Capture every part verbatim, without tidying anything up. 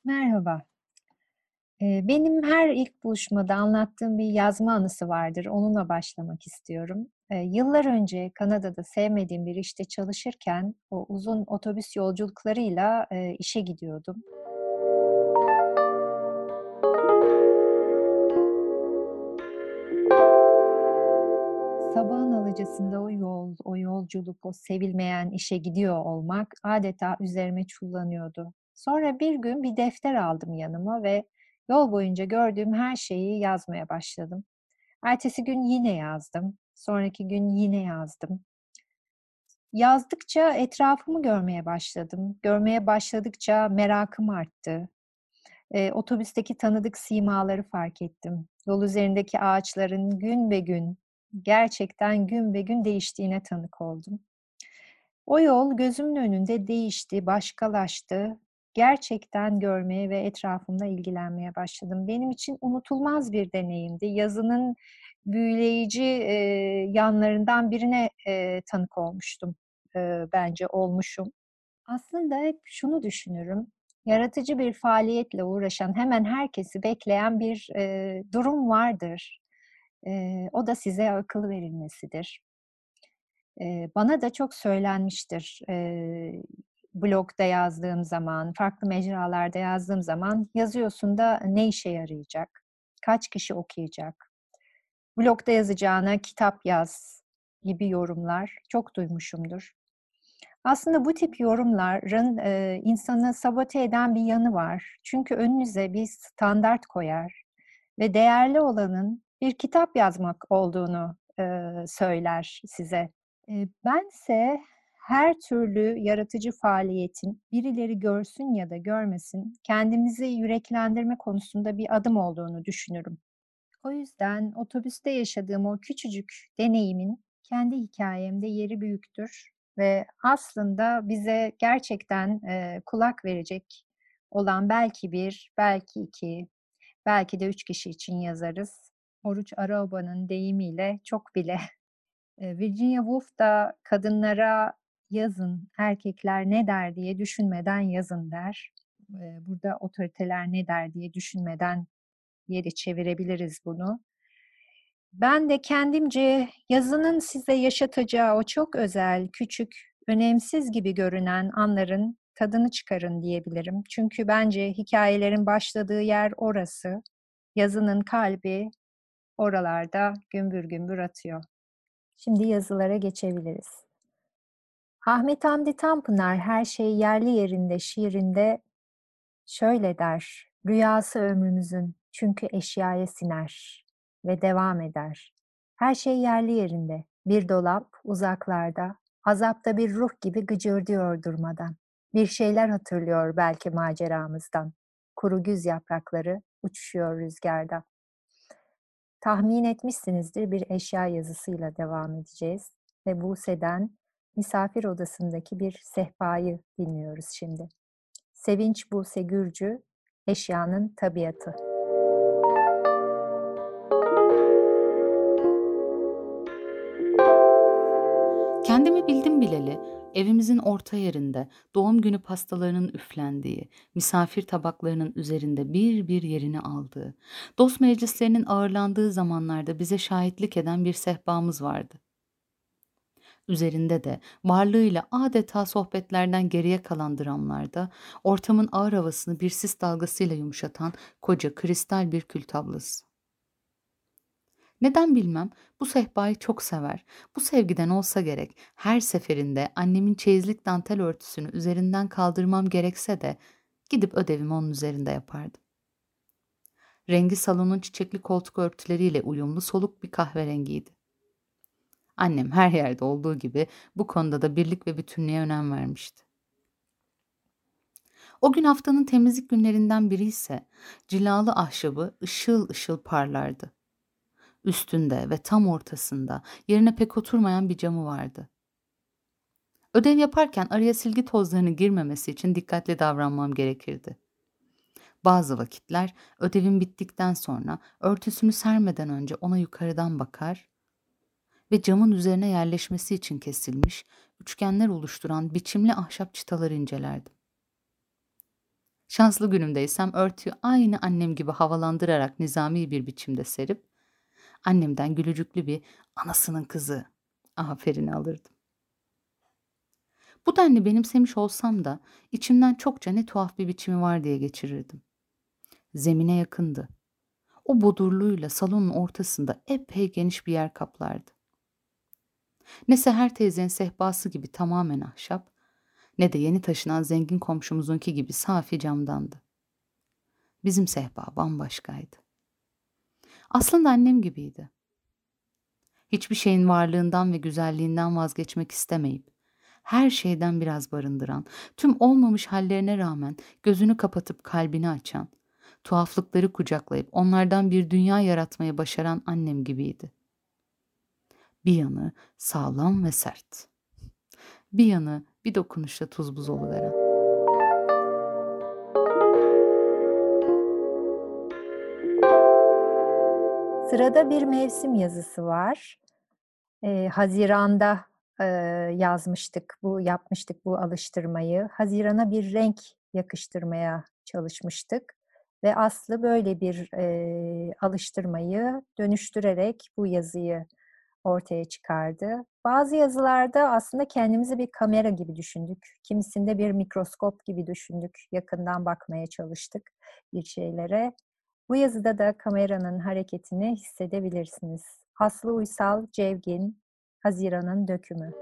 Merhaba. Eee, benim her ilk buluşmada anlattığım bir yazma anısı vardır. Onunla başlamak istiyorum. Eee, yıllar önce Kanada'da sevmediğim bir işte çalışırken o uzun otobüs yolculuklarıyla, eee, işe gidiyordum. Sabahın alıcısında o yol, o yolculuk, o sevilmeyen işe gidiyor olmak adeta üzerime çullanıyordu. Sonra bir gün bir defter aldım yanıma ve yol boyunca gördüğüm her şeyi yazmaya başladım. Ertesi gün yine yazdım. Sonraki gün yine yazdım. Yazdıkça etrafımı görmeye başladım. Görmeye başladıkça merakım arttı. Eee, otobüsteki tanıdık simaları fark ettim. Yol üzerindeki ağaçların gün be gün, gerçekten gün be gün değiştiğine tanık oldum. O yol gözümün önünde değişti, başkalaştı. Gerçekten görmeye ve etrafımla ilgilenmeye başladım. Benim için unutulmaz bir deneyimdi. Yazının büyüleyici, eee, yanlarından birine, eee, tanık olmuştum. Eee, bence olmuşum. Aslında hep şunu düşünürüm, yaratıcı bir faaliyetle uğraşan hemen herkesi bekleyen bir, eee, durum vardır. Eee, o da size akıl verilmesidir. Eee, bana da çok söylenmiştir. Eee, blogda yazdığım zaman, farklı mecralarda yazdığım zaman, "Yazıyorsun da ne işe yarayacak? Kaç kişi okuyacak? Blogda yazacağına kitap yaz." gibi yorumlar çok duymuşumdur. Aslında bu tip yorumların, eee, insanı sabote eden bir yanı var. Çünkü önünüze bir standart koyar ve değerli olanın bir kitap yazmak olduğunu, eee, söyler size. Eee, bense her türlü yaratıcı faaliyetin birileri görsün ya da görmesin, kendimizi yüreklendirme konusunda bir adım olduğunu düşünürüm. O yüzden otobüste yaşadığım o küçücük deneyimin kendi hikâyemde yeri büyüktür ve aslında bize gerçekten, eee, kulak verecek olan belki bir, belki iki, belki de üç kişi için yazarız. Oruç Araba'nın deyimiyle "çok bile." Eee, Virginia Woolf da "Kadınlara yazın, erkekler ne der diye düşünmeden yazın." der. Eee, burada "Otoriteler ne der diye düşünmeden" diye de çevirebiliriz bunu. Ben de kendimce yazının size yaşatacağı o çok özel, küçük, önemsiz gibi görünen anların tadını çıkarın diyebilirim. Çünkü bence hikâyelerin başladığı yer orası. Yazının kalbi oralarda gümbür gümbür atıyor. Şimdi yazılara geçebiliriz. Ahmet Hamdi Tanpınar her şey yerli yerinde şiirinde şöyle der: "Rüyası ömrümüzün çünkü eşyaya siner ve devam eder. Her şey yerli yerinde, bir dolap uzaklarda, azapta bir ruh gibi gıcırdıyor durmadan. Bir şeyler hatırlıyor belki maceramızdan. Kuru güz yaprakları uçuşuyor rüzgarda." Tahmin etmişsinizdir, bir eşya yazısıyla devam edeceğiz ve Buse'den "Misafir Odasındaki bir Sehpayı" dinliyoruz şimdi. Sevinç Buse Gürcü, Eşyanın Tabiatı. Kendimi bildim bileli, evimizin orta yerinde doğum günü pastalarının üflendiği, misafir tabaklarının üzerinde bir bir yerini aldığı, dost meclislerinin ağırlandığı zamanlarda bize şahitlik eden bir sehpamız vardı. Üzerinde de varlığıyla adeta sohbetlerden geriye kalan dramlarda, ortamın ağır havasını bir sis dalgasıyla yumuşatan koca kristal bir kül tablası. Neden bilmem, bu sehpayı çok sever. Bu sevgiden olsa gerek, her seferinde annemin çeyizlik dantel örtüsünü üzerinden kaldırmam gerekse de gidip ödevimi onun üzerinde yapardım. Rengi salonun çiçekli koltuk örtüleriyle uyumlu soluk bir kahverengiydi. Annem her yerde olduğu gibi bu konuda da birlik ve bütünlüğe önem vermişti. O gün haftanın temizlik günlerinden biri ise cilalı ahşabı ışıl ışıl parlardı. Üstünde ve tam ortasında yerine pek oturmayan bir camı vardı. Ödev yaparken araya silgi tozlarının girmemesi için dikkatli davranmam gerekirdi. Bazı vakitler ödevim bittikten sonra örtüsünü sermeden önce ona yukarıdan bakar ve camın üzerine yerleşmesi için kesilmiş, üçgenler oluşturan biçimli ahşap çıtaları incelerdim. Şanslı günümdeysem örtüyü aynı annem gibi havalandırarak nizami bir biçimde serip annemden gülücüklü bir anasının kızı aferini alırdım. Bu denli benimsemiş olsam da içimden çokça ne tuhaf bir biçimi var diye geçirirdim. Zemine yakındı. O bodurluğuyla salonun ortasında epey geniş bir yer kaplardı. Ne Seher teyzenin sehpası gibi tamamen ahşap, ne de yeni taşınan zengin komşumuzunki gibi safi camdandı. Bizim sehpa bambaşkaydı. Aslında annem gibiydi. Hiçbir şeyin varlığından ve güzelliğinden vazgeçmek istemeyip, her şeyden biraz barındıran, tüm olmamış hallerine rağmen gözünü kapatıp kalbini açan, tuhaflıkları kucaklayıp onlardan bir dünya yaratmayı başaran annem gibiydi. Bir yanı sağlam ve sert. Bir yanı bir dokunuşla tuz buz oluveren. Sırada bir mevsim yazısı var. Ee, Haziran'da e, yazmıştık, bu yapmıştık bu alıştırmayı. Hazirana bir renk yakıştırmaya çalışmıştık ve Aslı böyle bir e, alıştırmayı dönüştürerek bu yazıyı ortaya çıkardı. Bazı yazılarda aslında kendimizi bir kamera gibi düşündük. Kimisinde bir mikroskop gibi düşündük. Yakından bakmaya çalıştık bir şeylere. Bu yazıda da kameranın hareketini hissedebilirsiniz. Aslı Uysal Cevgin, Haziran'ın Dökümü.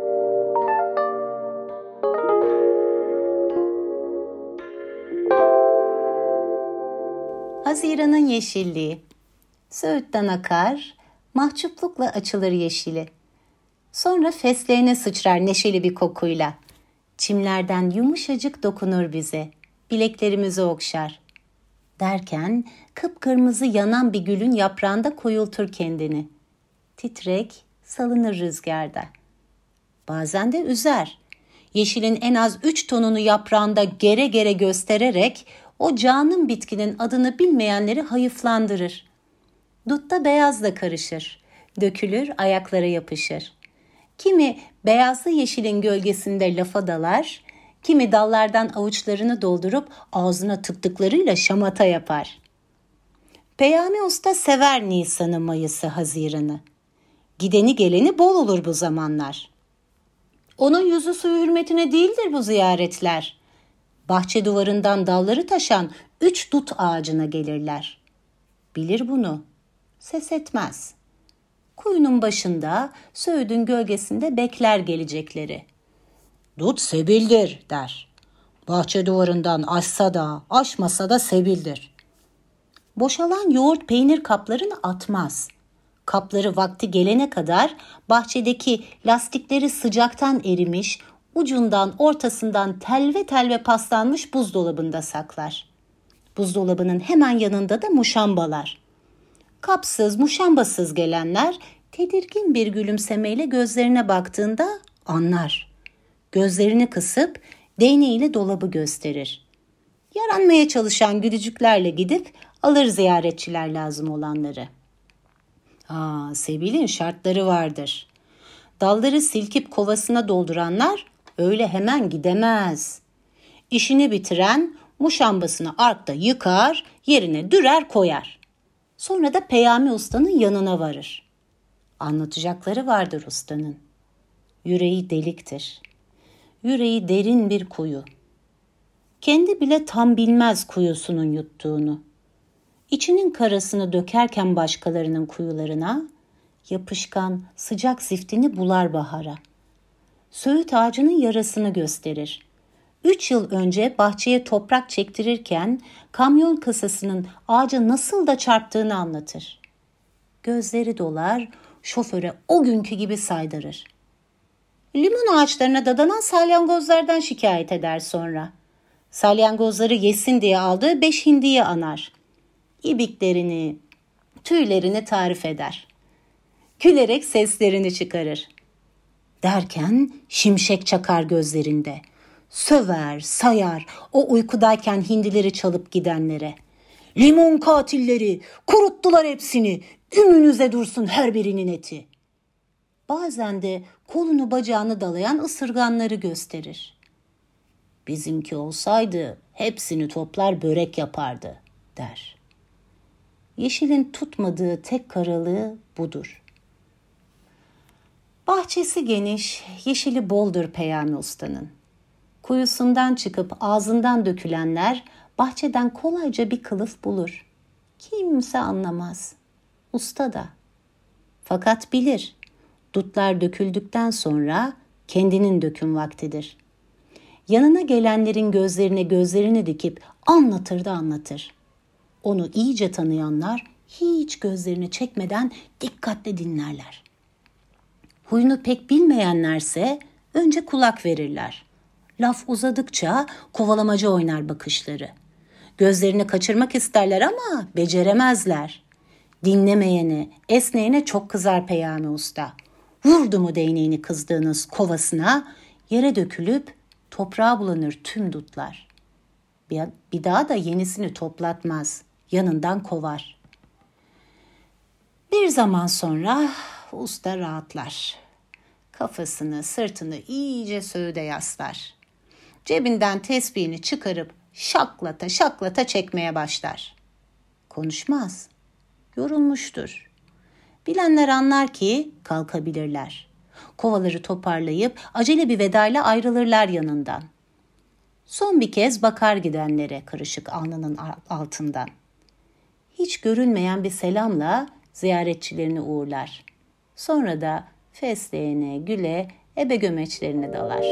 Haziran'ın yeşilliği, Söğüt'ten akar, mahcuplukla açılır yeşili. Sonra fesleğene sıçrar neşeli bir kokuyla. Çimlerden yumuşacık dokunur bize, bileklerimizi okşar. Derken kıpkırmızı yanan bir gülün yaprağında koyultur kendini. Titrek, salınır rüzgarda. Bazen de üzer. Yeşilin en az üç tonunu yaprağında gere gere göstererek o canım bitkinin adını bilmeyenleri hayıflandırır. Dutta beyazla karışır, dökülür, ayaklara yapışır. Kimi beyazlı yeşilin gölgesinde lafa dalar, kimi dallardan avuçlarını doldurup ağzına tıktıklarıyla şamata yapar. Peyami Usta sever Nisan'ı, Mayıs'ı, Haziran'ı. Gideni geleni bol olur bu zamanlar. Onun yüzü suyu hürmetine değildir bu ziyaretler. Bahçe duvarından dalları taşan üç dut ağacına gelirler. Bilir bunu, ses etmez. Kuyunun başında, söğüdün gölgesinde bekler gelecekleri. Dut sebildir der. Bahçe duvarından aşsa da, aşmasa da sebildir. Boşalan yoğurt peynir kaplarını atmaz. Kapları vakti gelene kadar bahçedeki lastikleri sıcaktan erimiş, ucundan ortasından telve telve paslanmış buzdolabında saklar. Buzdolabının hemen yanında da muşambalar. Kapsız, muşambasız gelenler tedirgin bir gülümsemeyle gözlerine baktığında anlar. Gözlerini kısıp değneğiyle dolabı gösterir. Yaranmaya çalışan gülücüklerle gidip alır ziyaretçiler lazım olanları. Aa, sebilin şartları vardır. Dalları silkip kovasına dolduranlar öyle hemen gidemez. İşini bitiren muşambasını arkta yıkar, yerine dürer koyar. Sonra da Peyami Usta'nın yanına varır. Anlatacakları vardır ustanın. Yüreği deliktir. Yüreği derin bir kuyu. Kendi bile tam bilmez kuyusunun yuttuğunu. İçinin karasını dökerken başkalarının kuyularına, yapışkan sıcak ziftini bular bahara. Söğüt ağacının yarasını gösterir. Üç yıl önce bahçeye toprak çektirirken kamyon kasasının ağaca nasıl da çarptığını anlatır. Gözleri dolar, şoföre o günkü gibi saydırır. Limon ağaçlarına dadanan salyangozlardan şikayet eder sonra. Salyangozları yesin diye aldığı beş hindiyi anar. İbiklerini, tüylerini tarif eder. Gülerek seslerini çıkarır. Derken şimşek çakar gözlerinde. Söver, sayar o uykudayken hindileri çalıp gidenlere. Limon katilleri, kuruttular hepsini, ümünüze dursun her birinin eti. Bazen de kolunu bacağını dalayan ısırganları gösterir. Bizimki olsaydı hepsini toplar börek yapardı der. Yeşil'in tutmadığı tek karalığı budur. Bahçesi geniş, yeşili boldur Peyami Usta'nın. Kuyusundan çıkıp ağzından dökülenler bahçeden kolayca bir kılıf bulur. Kimse anlamaz. Usta da. Fakat bilir, dutlar döküldükten sonra kendinin döküm vaktidir. Yanına gelenlerin gözlerine gözlerini dikip anlatır da anlatır. Onu iyice tanıyanlar hiç gözlerini çekmeden dikkatle dinlerler. Huyunu pek bilmeyenlerse önce kulak verirler. Laf uzadıkça kovalamaca oynar bakışları. Gözlerini kaçırmak isterler ama beceremezler. Dinlemeyene, esneyene çok kızar Peyami Usta. Vurdu mu değneğini kızdığınız kovasına, yere dökülüp toprağa bulanır tüm dutlar. Bir, bir daha da yenisini toplatmaz, yanından kovar. Bir zaman sonra usta rahatlar. Kafasını, sırtını iyice söğüde yaslar. Cebinden tesbihini çıkarıp şaklata şaklata çekmeye başlar. Konuşmaz. Yorulmuştur. Bilenler anlar ki kalkabilirler. Kovaları toparlayıp acele bir vedayla ayrılırlar yanından. Son bir kez bakar gidenlere karışık alnının altından. Hiç görünmeyen bir selamla ziyaretçilerini uğurlar. Sonra da fesleğene, güle, ebe gömeçlerine dalar.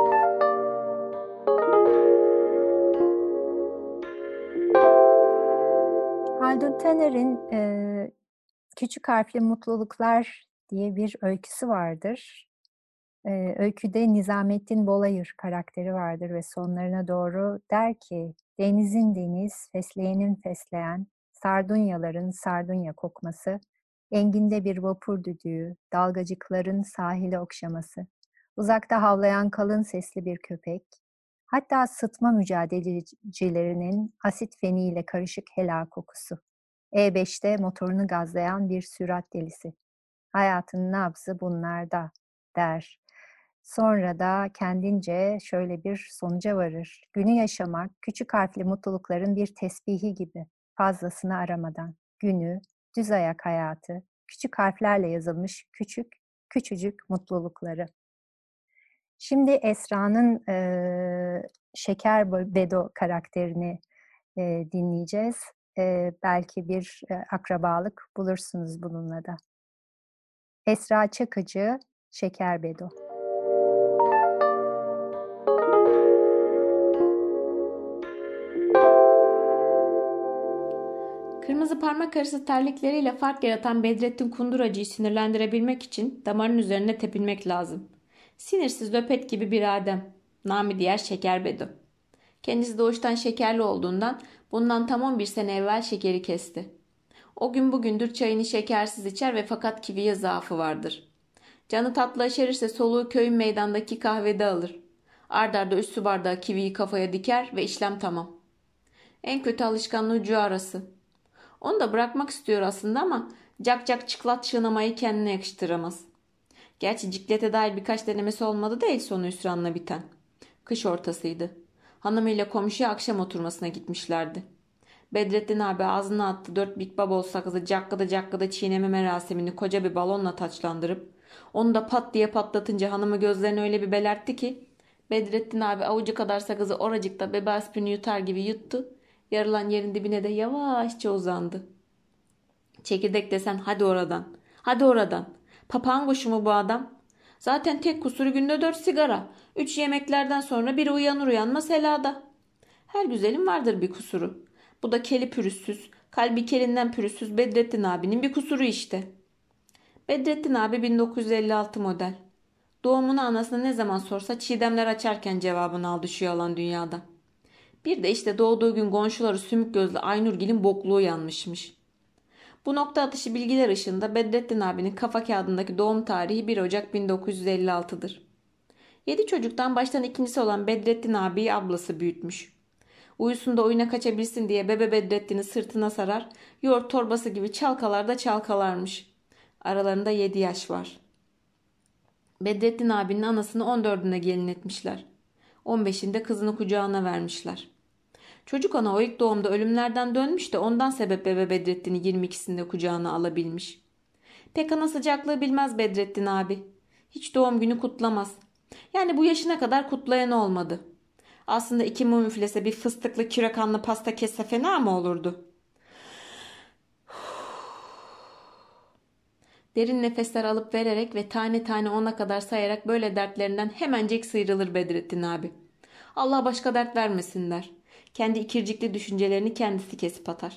Haldun Taner'in e, Küçük Harfli Mutluluklar diye bir öyküsü vardır. E, öyküde Nizamettin Bolayır karakteri vardır ve sonlarına doğru der ki, denizin deniz, fesleğenin fesleğen, sardunyaların sardunya kokması, enginde bir vapur düdüğü, dalgacıkların sahile okşaması, uzakta havlayan kalın sesli bir köpek, hatta sıtma mücadelecilerinin asit feniyle karışık helal kokusu. E beşte motorunu gazlayan bir sürat delisi. Hayatın nabzı bunlarda der. Sonra da kendince şöyle bir sonuca varır. Günü yaşamak küçük harfli mutlulukların bir tesbihi gibi. Fazlasını aramadan. Günü, düz ayak hayatı, küçük harflerle yazılmış küçük, küçücük mutlulukları. Şimdi Esra'nın e, Şeker Bedo karakterini e, dinleyeceğiz. E, belki bir e, akrabalık bulursunuz bununla da. Esra Çakıcı, Şeker Bedo. Kırmızı parmak arası terlikleriyle fark yaratan Bedrettin Kunduracı'yı sinirlendirebilmek için damarın üzerine tepinmek lazım. Sinirsiz löpet gibi bir adem. Nami diğer Şeker Bedo. Kendisi doğuştan şekerli olduğundan bundan tam on bir sene evvel şekeri kesti. O gün bugündür çayını şekersiz içer ve fakat kiviye zaafı vardır. Canı tatlı aşerirse soluğu köyün meydandaki kahvede alır. Ard arda üç su bardağı kiviyi kafaya diker ve işlem tamam. En kötü alışkanlığı cu arası. Onu da bırakmak istiyor aslında ama cak cak çıklat çiğnemayı kendine yakıştıramaz. Gerçi ciklete dair birkaç denemesi olmadı değil sonu hüsranla biten. Kış ortasıydı. Hanımıyla komşuya akşam oturmasına gitmişlerdi. Bedrettin abi ağzına attı dört big bubble sakızı cakkıda cakkıda çiğneme merasimini koca bir balonla taçlandırıp onu da pat diye patlatınca hanımı gözlerini öyle bir belertti ki Bedrettin abi avucu kadar sakızı oracıkta bebe aspirini yutar gibi yuttu. Yarılan yerin dibine de yavaşça uzandı. Çekirdek desen hadi oradan. Hadi oradan. Papağan kuşu mu bu adam? Zaten tek kusuru günde dört sigara. Üç yemeklerden sonra biri uyanır uyanmaz helada. Her güzelin vardır bir kusuru. Bu da keli pürüzsüz, kalbi kelinden pürüzsüz Bedrettin abinin bir kusuru işte. Bedrettin abi bin dokuz yüz elli altı model. Doğumunu anasına ne zaman sorsa çiğdemler açarken cevabını aldı şu yalan dünyada. Bir de işte doğduğu gün komşuları sümük gözlü Aynurgil'in bokluğu yanmışmış. Bu nokta atışı bilgiler ışığında Bedrettin abinin kafa kağıdındaki doğum tarihi bir Ocak bin dokuz yüz elli altı'dır. Yedi çocuktan baştan ikincisi olan Bedrettin abiyi ablası büyütmüş. Uyusunda oyuna kaçabilsin diye bebe Bedrettin'i sırtına sarar, yoğurt torbası gibi çalkalarda çalkalarmış. Aralarında yedi yaş var. Bedrettin abinin anasını on dördüne gelin etmişler. on beşinde kızını kucağına vermişler. Çocuk ana o ilk doğumda ölümlerden dönmüş de ondan sebep bebe Bedrettin'i yirmi ikisinde kucağına alabilmiş. Pek ana sıcaklığı bilmez Bedrettin abi. Hiç doğum günü kutlamaz. Yani bu yaşına kadar kutlayan olmadı. Aslında iki mum üflese bir fıstıklı kirakanlı pasta kesse fena mı olurdu? Derin nefesler alıp vererek ve tane tane ona kadar sayarak böyle dertlerinden hemencek sıyrılır Bedrettin abi. Allah başka dert vermesin der. Kendi ikircikli düşüncelerini kendisi kesip atar.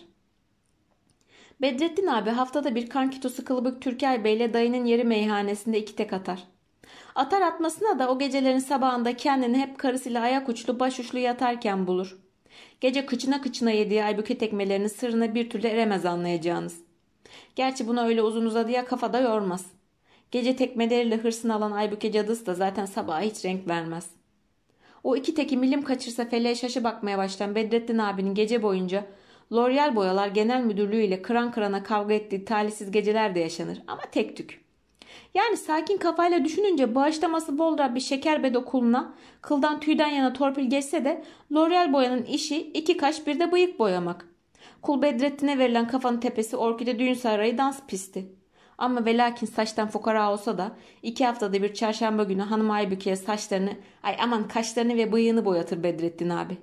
Bedrettin abi haftada bir kankitosu kılıbık Türker Bey'le dayının yeri meyhanesinde iki tek atar. Atar atmasına da o gecelerin sabahında kendini hep karısıyla ayak uçlu baş uçlu yatarken bulur. Gece kıçına kıçına yediği Aybüke tekmelerinin sırrına bir türlü eremez anlayacağınız. Gerçi buna öyle uzun uzadıya kafada yormaz. Gece tekmeleriyle hırsını alan Aybüke cadısı da zaten sabaha hiç renk vermez. O iki teki milim kaçırsa feleğe şaşı bakmaya başlayan Bedrettin abinin gece boyunca L'Oreal Boyalar Genel Müdürlüğü ile kıran kırana kavga ettiği talihsiz geceler de yaşanır ama tek tük. Yani sakin kafayla düşününce bağışlaması bol bir şeker bedo kuluna kıldan tüyden yana torpil geçse de L'Oreal Boyanın işi iki kaş bir de bıyık boyamak. Kul Bedrettin'e verilen kafanın tepesi Orkide Düğün Sarayı dans pisti. Ama ve lakin saçtan fukara olsa da iki haftada bir çarşamba günü hanım Aybüke'ye saçlarını, ay aman kaşlarını ve bıyığını boyatır Bedrettin abi.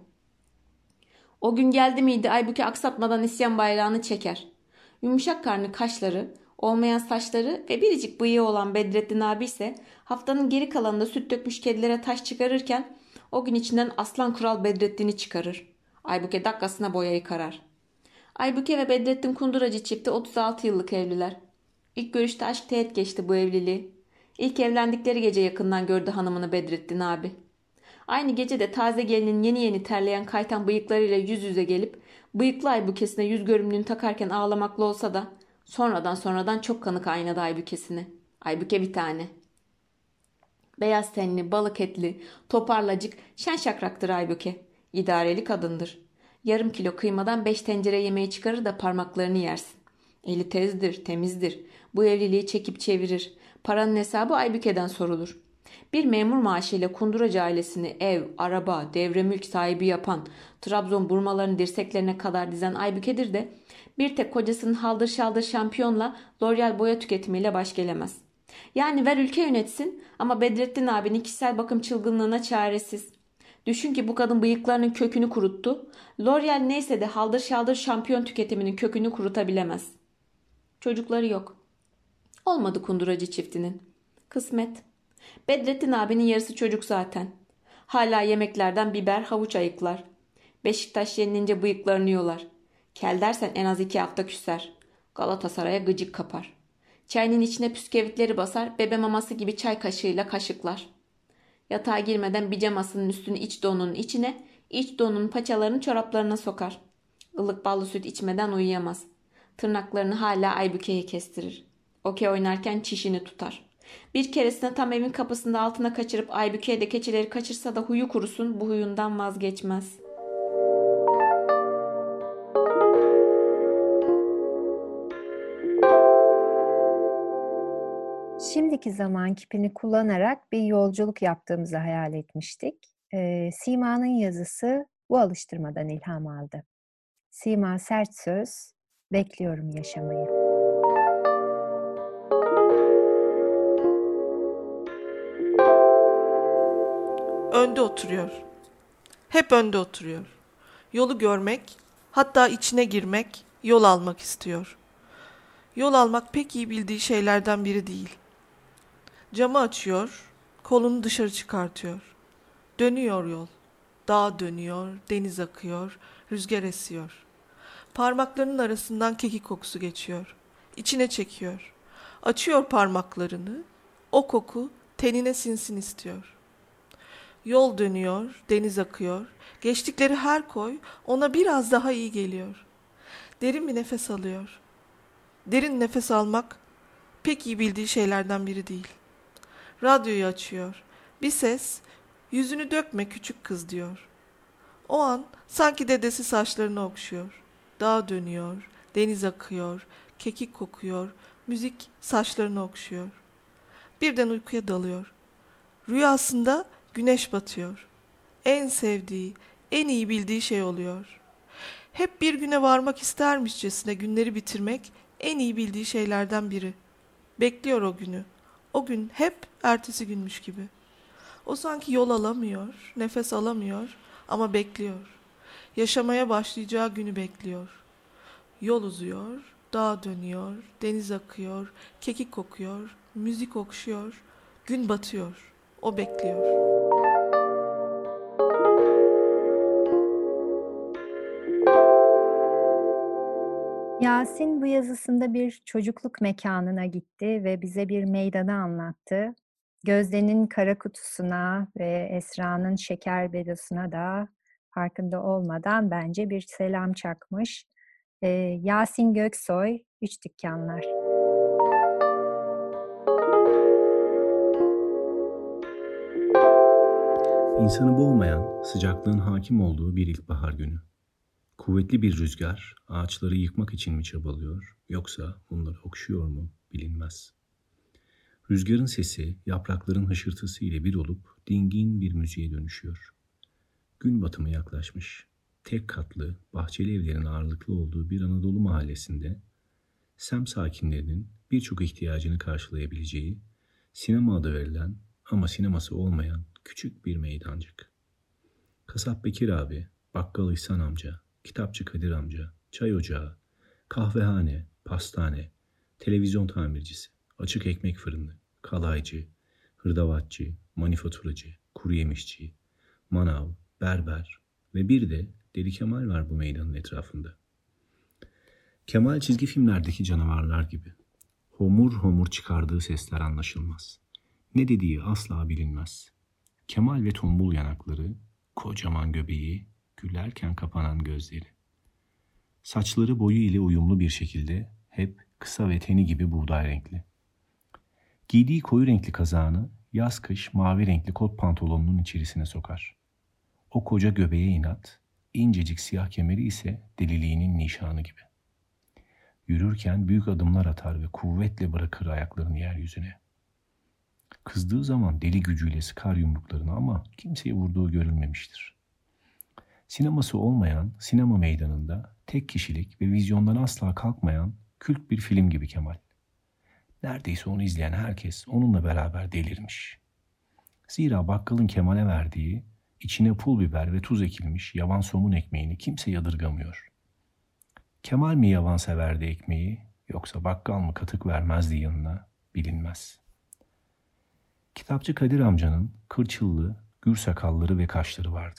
O gün geldi miydi Aybüke aksatmadan isyan bayrağını çeker. Yumuşak karnı kaşları, olmayan saçları ve biricik bıyığı olan Bedrettin abi ise haftanın geri kalanında süt dökmüş kedilere taş çıkarırken o gün içinden aslan kral Bedrettin'i çıkarır. Aybüke dakikasına boyayı karar. Aybüke ve Bedrettin Kunduracı çifti otuz altı yıllık evliler. İlk görüşte aşk teğet geçti bu evliliği. İlk evlendikleri gece yakından gördü hanımını Bedrettin abi. Aynı gece de taze gelinin yeni yeni terleyen kaytan bıyıklarıyla yüz yüze gelip bıyıklı Aybükesine yüz görümlüğünü takarken ağlamaklı olsa da sonradan sonradan çok kanı kaynadı Aybükesine. Aybüke bir tane. Beyaz tenli, balık etli, toparlacık, şen şakraktır Aybüke. İdareli kadındır. Yarım kilo kıymadan beş tencere yemeği çıkarır da parmaklarını yersin. Eli tezdir, temizdir. Bu evliliği çekip çevirir. Paranın hesabı Aybüke'den sorulur. Bir memur maaşıyla Kunduracı ailesini ev, araba, devre mülk sahibi yapan, Trabzon burmalarını dirseklerine kadar dizen Aybüke'dir de bir tek kocasının haldır şaldır şampiyonla L'Oreal boya tüketimiyle baş gelemez. Yani ver ülke yönetsin ama Bedrettin abinin kişisel bakım çılgınlığına çaresiz. Düşün ki bu kadın bıyıklarının kökünü kuruttu. L'Oreal neyse de haldır şaldır şampiyon tüketiminin kökünü kurutabilemez. Çocukları yok. Olmadı Kunduracı çiftinin. Kısmet. Bedrettin abinin yarısı çocuk zaten. Hala yemeklerden biber, havuç ayıklar. Beşiktaş yenilince bıyıklarını yolar. Kel dersen en az iki hafta küser. Galatasaray'a gıcık kapar. Çayının içine püskevitleri basar, bebe maması gibi çay kaşığıyla kaşıklar. Yatağa girmeden pijamasının üstünü iç donunun içine, iç donunun paçalarını çoraplarına sokar. Ilık ballı süt içmeden uyuyamaz. Tırnaklarını hala Aybüke'ye kestirir. Okey oynarken çişini tutar. Bir keresinde tam evin kapısında altına kaçırıp Aybüke'ye de keçileri kaçırsa da huyu kurusun, bu huyundan vazgeçmez. Şimdiki zaman kipini kullanarak bir yolculuk yaptığımızı hayal etmiştik. Ee, Sima'nın yazısı bu alıştırmadan ilham aldı. Sima Sertsöz, bekliyorum yaşamayı. Önde oturuyor. Hep önde oturuyor. Yolu görmek, hatta içine girmek, yol almak istiyor. Yol almak pek iyi bildiği şeylerden biri değil. Camı açıyor, kolunu dışarı çıkartıyor. Dönüyor yol. Dağ dönüyor, deniz akıyor, rüzgar esiyor. Parmaklarının arasından kekik kokusu geçiyor. İçine çekiyor. Açıyor parmaklarını, o koku tenine sinsin istiyor. Yol dönüyor, deniz akıyor. Geçtikleri her koy ona biraz daha iyi geliyor. Derin bir nefes alıyor. Derin nefes almak pek iyi bildiği şeylerden biri değil. Radyoyu açıyor. Bir ses, yüzünü dökme küçük kız diyor. O an sanki dedesi saçlarını okşuyor. Dağ dönüyor, deniz akıyor, kekik kokuyor, müzik saçlarını okşuyor. Birden uykuya dalıyor. Rüyasında güneş batıyor. en sevdiği, en iyi bildiği şey oluyor. Hep bir güne varmak istermişçesine günleri bitirmek en iyi bildiği şeylerden biri. Bekliyor o günü. O gün hep ertesi günmüş gibi. O sanki yol alamıyor, nefes alamıyor ama bekliyor. Yaşamaya başlayacağı günü bekliyor. Yol uzuyor, dağ dönüyor, deniz akıyor, kekik kokuyor, müzik okşuyor, gün batıyor. O bekliyor. Yasin bu yazısında bir çocukluk mekanına gitti ve bize bir meydanı anlattı. Gözde'nin kara kutusuna ve Esra'nın şeker bedosuna da farkında olmadan bence bir selam çakmış. Ee, Yasin Göksoy, Üç Dükkanlar. İnsanı boğmayan, sıcaklığın hakim olduğu bir ilkbahar günü. Kuvvetli bir rüzgar ağaçları yıkmak için mi çabalıyor, yoksa bunları okşuyor mu bilinmez. Rüzgarın sesi yaprakların hışırtısı ile bir olup dingin bir müziğe dönüşüyor. Gün batımı yaklaşmış. Tek katlı, bahçeli evlerin ağırlıklı olduğu bir Anadolu mahallesinde semt sakinlerinin birçok ihtiyacını karşılayabileceği, sinema adı verilen ama sineması olmayan küçük bir meydancık. Kasap Bekir abi, bakkal İhsan amca, kitapçı Kadir amca, çay ocağı, kahvehane, pastane, televizyon tamircisi, açık ekmek fırını, kalaycı, hırdavatçı, manifaturacı, kuru yemişçi, manav, berber ve bir de Deli Kemal var bu meydanın etrafında. Kemal çizgi filmlerdeki canavarlar gibi. Homur homur çıkardığı sesler anlaşılmaz. Ne dediği asla bilinmez. Kemal ve tombul yanakları, kocaman göbeği, gülerken kapanan gözleri. Saçları boyu ile uyumlu bir şekilde hep kısa ve teni gibi buğday renkli. Giydiği koyu renkli kazağını yaz kış mavi renkli kot pantolonunun içerisine sokar. O koca göbeğe inat, incecik siyah kemeri ise deliliğinin nişanı gibi. Yürürken büyük adımlar atar ve kuvvetle bırakır ayaklarını yeryüzüne. Kızdığı zaman deli gücüyle sıkar yumruklarını ama kimseye vurduğu görülmemiştir. Sineması olmayan sinema meydanında tek kişilik ve vizyondan asla kalkmayan kült bir film gibi Kemal. Neredeyse onu izleyen herkes onunla beraber delirmiş. Zira bakkalın Kemal'e verdiği içine pul biber ve tuz ekilmiş yavan somun ekmeğini kimse yadırgamıyor. Kemal mi yavan severdi ekmeği yoksa bakkal mı katık vermezdi yanına bilinmez. Kitapçı Kadir amcanın kırçıllı, gür sakalları ve kaşları vardı.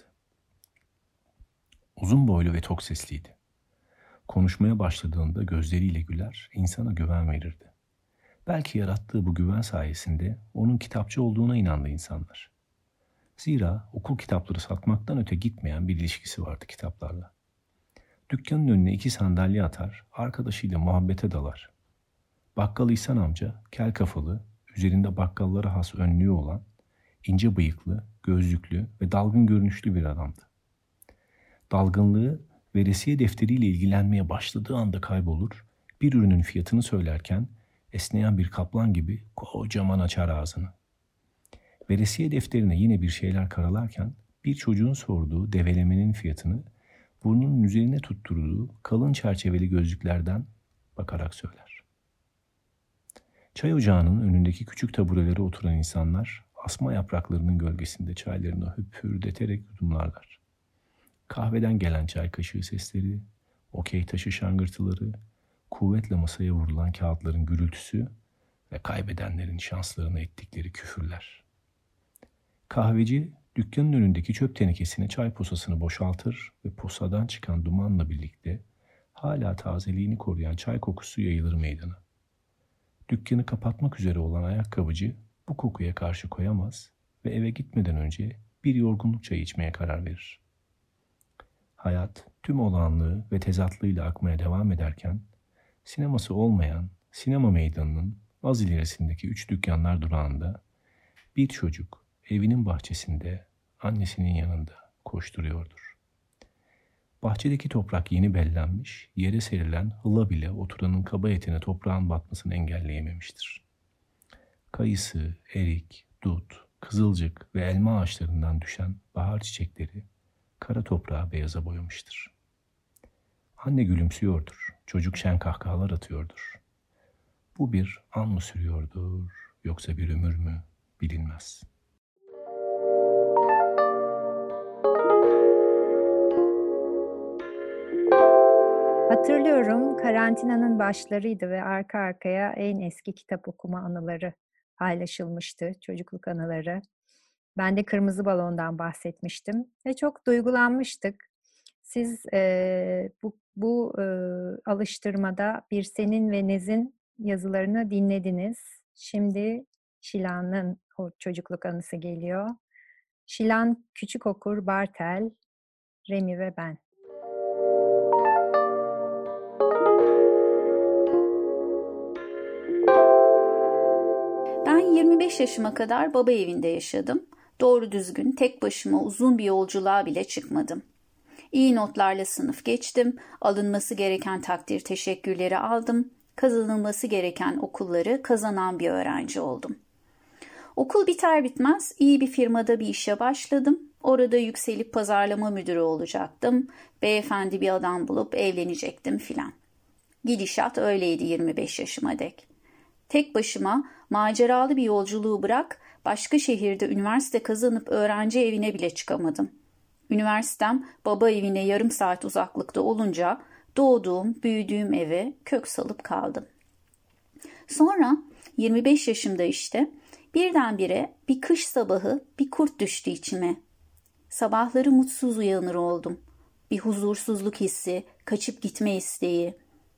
Uzun boylu ve tok sesliydi. Konuşmaya başladığında gözleriyle güler, insana güven verirdi. Belki yarattığı bu güven sayesinde onun kitapçı olduğuna inandı insanlar. Zira okul kitapları satmaktan öte gitmeyen bir ilişkisi vardı kitaplarla. Dükkanın önüne iki sandalye atar, arkadaşıyla muhabbete dalar. Bakkal İhsan amca, kel kafalı, üzerinde bakkallara has önlüğü olan, ince bıyıklı, gözlüklü ve dalgın görünüşlü bir adamdı. Dalgınlığı veresiye defteriyle ilgilenmeye başladığı anda kaybolur, bir ürünün fiyatını söylerken esneyen bir kaplan gibi kocaman açar ağzını. Veresiye defterine yine bir şeyler karalarken bir çocuğun sorduğu develemenin fiyatını burnunun üzerine tutturduğu kalın çerçeveli gözlüklerden bakarak söyler. Çay ocağının önündeki küçük taburelere oturan insanlar asma yapraklarının gölgesinde çaylarını höpürdeterek yudumlarlar. Kahveden gelen çay kaşığı sesleri, okey taşı şangırtıları, kuvvetle masaya vurulan kağıtların gürültüsü ve kaybedenlerin şanslarına ettikleri küfürler. Kahveci dükkanın önündeki çöp tenekesine çay posasını boşaltır ve posadan çıkan dumanla birlikte hala tazeliğini koruyan çay kokusu yayılır meydana. Dükkanı kapatmak üzere olan ayakkabıcı bu kokuya karşı koyamaz ve eve gitmeden önce bir yorgunluk çayı içmeye karar verir. Hayat tüm olağanlığı ve tezatlığıyla akmaya devam ederken sineması olmayan sinema meydanının az ilerisindeki üç dükkanlar durağında bir çocuk evinin bahçesinde annesinin yanında koşturuyordur. Bahçedeki toprak yeni bellenmiş, yere serilen hıla bile oturanın kaba etine toprağın batmasını engelleyememiştir. Kayısı, erik, dut, kızılcık ve elma ağaçlarından düşen bahar çiçekleri kara toprağı beyaza boyamıştır. Anne gülümsüyordur, çocuk şen kahkahalar atıyordur. Bu bir an mı sürüyordur, yoksa bir ömür mü bilinmez. Hatırlıyorum, karantinanın başlarıydı ve arka arkaya en eski kitap okuma anıları paylaşılmıştı, çocukluk anıları. Ben de Kırmızı Balon'dan bahsetmiştim ve çok duygulanmıştık. Siz e, bu, bu e, alıştırmada Birsen'in ve Nez'in yazılarını dinlediniz. Şimdi Şilan'ın o çocukluk anısı geliyor. Şilan küçük okur, Bartel, Remi ve ben. Ben yirmi beş yaşıma kadar baba evinde yaşadım. Doğru düzgün tek başıma uzun bir yolculuğa bile çıkmadım. İyi notlarla sınıf geçtim, alınması gereken takdir teşekkürleri aldım, kazanılması gereken okulları kazanan bir öğrenci oldum. Okul biter bitmez iyi bir firmada bir işe başladım. Orada yükselip pazarlama müdürü olacaktım. Beyefendi bir adam bulup evlenecektim filan. Gidişat öyleydi yirmi beş yaşıma dek. Tek başıma maceralı bir yolculuğu bırak, başka şehirde üniversite kazanıp öğrenci evine bile çıkamadım. Üniversitem baba evine yarım saat uzaklıkta olunca doğduğum, büyüdüğüm eve kök salıp kaldım. Sonra yirmi beş yaşımda işte birdenbire bir kış sabahı bir kurt düştü içime. Sabahları mutsuz uyanır oldum. Bir huzursuzluk hissi, kaçıp gitme isteği.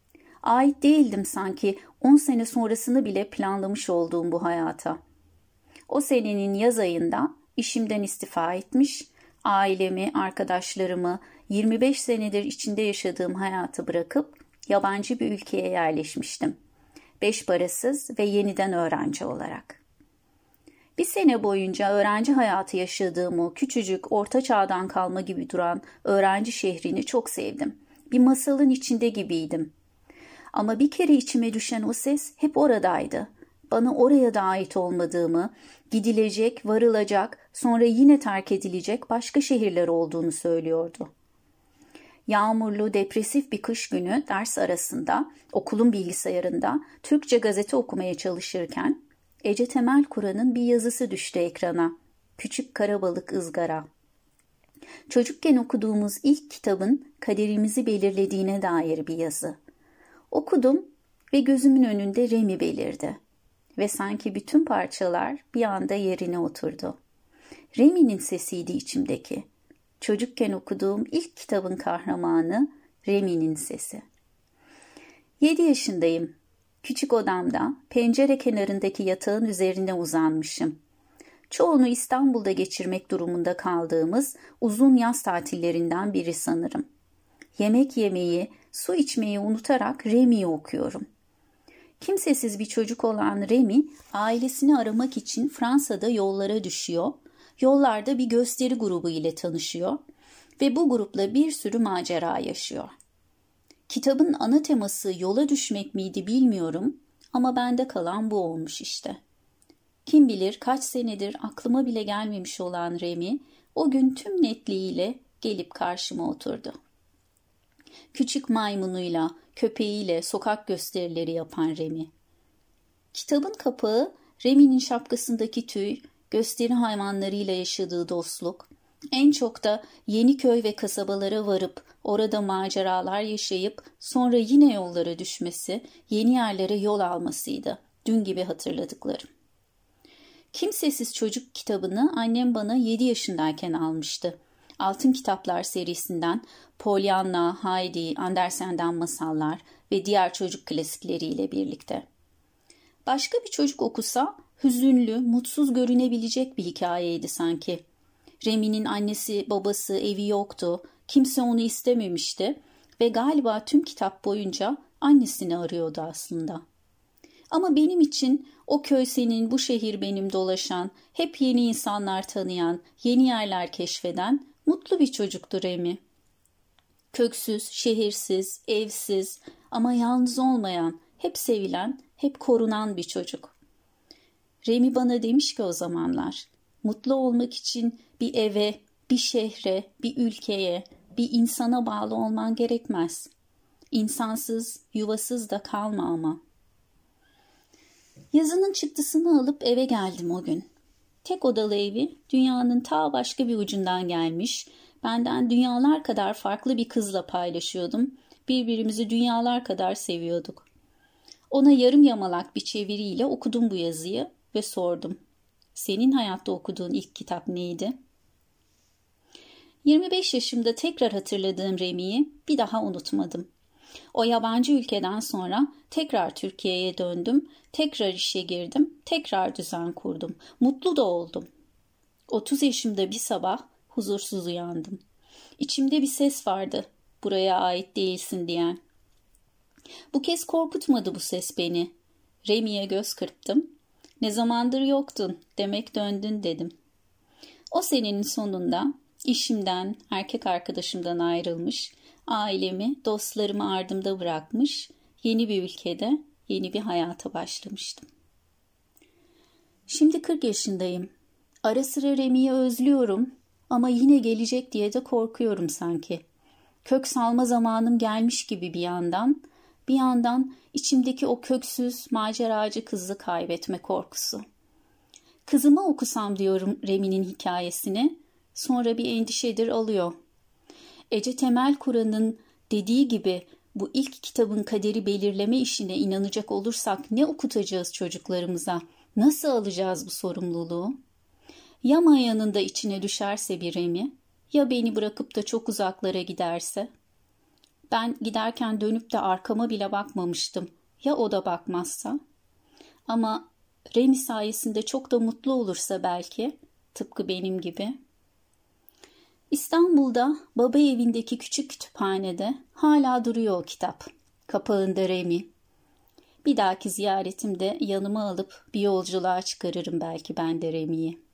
Ait değildim sanki on sene sonrasını bile planlamış olduğum bu hayata. O senenin yaz ayında işimden istifa etmiş, ailemi, arkadaşlarımı, yirmi beş senedir içinde yaşadığım hayatı bırakıp yabancı bir ülkeye yerleşmiştim. Beş parasız ve yeniden öğrenci olarak. Bir sene boyunca öğrenci hayatı yaşadığım o küçücük, orta çağdan kalma gibi duran öğrenci şehrini çok sevdim. Bir masalın içinde gibiydim. Ama bir kere içime düşen o ses hep oradaydı. Bana oraya da ait olmadığımı, gidilecek, varılacak, sonra yine terk edilecek başka şehirler olduğunu söylüyordu. Yağmurlu, depresif bir kış günü ders arasında, okulun bilgisayarında Türkçe gazete okumaya çalışırken Ece Temel Kur'an'ın bir yazısı düştü ekrana. Küçük Karabalık ızgara. Çocukken okuduğumuz ilk kitabın kaderimizi belirlediğine dair bir yazı. Okudum ve gözümün önünde Remi belirdi. Ve sanki bütün parçalar bir anda yerine oturdu. Remi'nin sesiydi içimdeki. Çocukken okuduğum ilk kitabın kahramanı Remi'nin sesi. Yedi yaşındayım. Küçük odamda pencere kenarındaki yatağın üzerine uzanmışım. Çoğunu İstanbul'da geçirmek durumunda kaldığımız uzun yaz tatillerinden biri sanırım. Yemek yemeyi, su içmeyi unutarak Remi'yi okuyorum. Kimsesiz bir çocuk olan Remi, ailesini aramak için Fransa'da yollara düşüyor, yollarda bir gösteri grubu ile tanışıyor ve bu grupla bir sürü macera yaşıyor. Kitabın ana teması yola düşmek miydi bilmiyorum ama bende kalan bu olmuş işte. Kim bilir kaç senedir aklıma bile gelmemiş olan Remi, o gün tüm netliğiyle gelip karşıma oturdu. Küçük maymunuyla, köpeğiyle sokak gösterileri yapan Remi. Kitabın kapağı, Remi'nin şapkasındaki tüy, gösteri hayvanlarıyla yaşadığı dostluk, en çok da yeni köy ve kasabalara varıp orada maceralar yaşayıp sonra yine yollara düşmesi, yeni yerlere yol almasıydı. Dün gibi hatırladıklarım. Kimsesiz Çocuk kitabını annem bana yedi yaşındayken almıştı. Altın Kitaplar serisinden Pollyanna, Heidi, Andersen'den masallar ve diğer çocuk klasikleriyle birlikte. Başka bir çocuk okusa hüzünlü, mutsuz görünebilecek bir hikayeydi sanki. Remi'nin annesi, babası, evi yoktu. Kimse onu istememişti ve galiba tüm kitap boyunca annesini arıyordu aslında. Ama benim için o köy senin, bu şehir benim dolaşan, hep yeni insanlar tanıyan, yeni yerler keşfeden mutlu bir çocuktu Remi. Köksüz, şehirsiz, evsiz ama yalnız olmayan, hep sevilen, hep korunan bir çocuk. Remi bana demiş ki o zamanlar, Mutlu olmak için bir eve, bir şehre, bir ülkeye, bir insana bağlı olman gerekmez. İnsansız, yuvasız da kalma ama. Yazının çıktısını alıp eve geldim o gün. Tek odalı evi dünyanın ta başka bir ucundan gelmiş, benden dünyalar kadar farklı bir kızla paylaşıyordum. Birbirimizi dünyalar kadar seviyorduk. Ona yarım yamalak bir çeviriyle okudum bu yazıyı ve sordum. Senin hayatta okuduğun ilk kitap neydi? yirmi beş yaşımda tekrar hatırladığım Remy'yi bir daha unutmadım. O yabancı ülkeden sonra tekrar Türkiye'ye döndüm, tekrar işe girdim, tekrar düzen kurdum. Mutlu da oldum. otuz yaşımda bir sabah huzursuz uyandım. İçimde bir ses vardı, buraya ait değilsin diyen. Bu kez korkutmadı bu ses beni. Remy'ye göz kırptım. Ne zamandır yoktun, demek döndün dedim. O senenin sonunda işimden, erkek arkadaşımdan ayrılmış, ailemi, dostlarımı ardımda bırakmış, yeni bir ülkede, yeni bir hayata başlamıştım. Şimdi kırk yaşındayım. Ara sıra Remy'yi özlüyorum ama yine gelecek diye de korkuyorum sanki. Kök salma zamanım gelmiş gibi bir yandan, bir yandan içimdeki o köksüz, maceracı kızı kaybetme korkusu. Kızıma okusam diyorum Remy'nin hikayesini, sonra bir endişedir alıyor. Ece Temel Kur'an'ın dediği gibi bu ilk kitabın kaderi belirleme işine inanacak olursak ne okutacağız çocuklarımıza? Nasıl alacağız bu sorumluluğu? Ya Maya'nın da içine düşerse bir Remy, ya beni bırakıp da çok uzaklara giderse? Ben giderken dönüp de arkama bile bakmamıştım. Ya o da bakmazsa? Ama Remy sayesinde çok da mutlu olursa belki, tıpkı benim gibi. İstanbul'da baba evindeki küçük kütüphanede hala duruyor o kitap. Kapağında Remy. Bir dahaki ziyaretimde yanıma alıp bir yolculuğa çıkarırım belki ben de Remy'yi.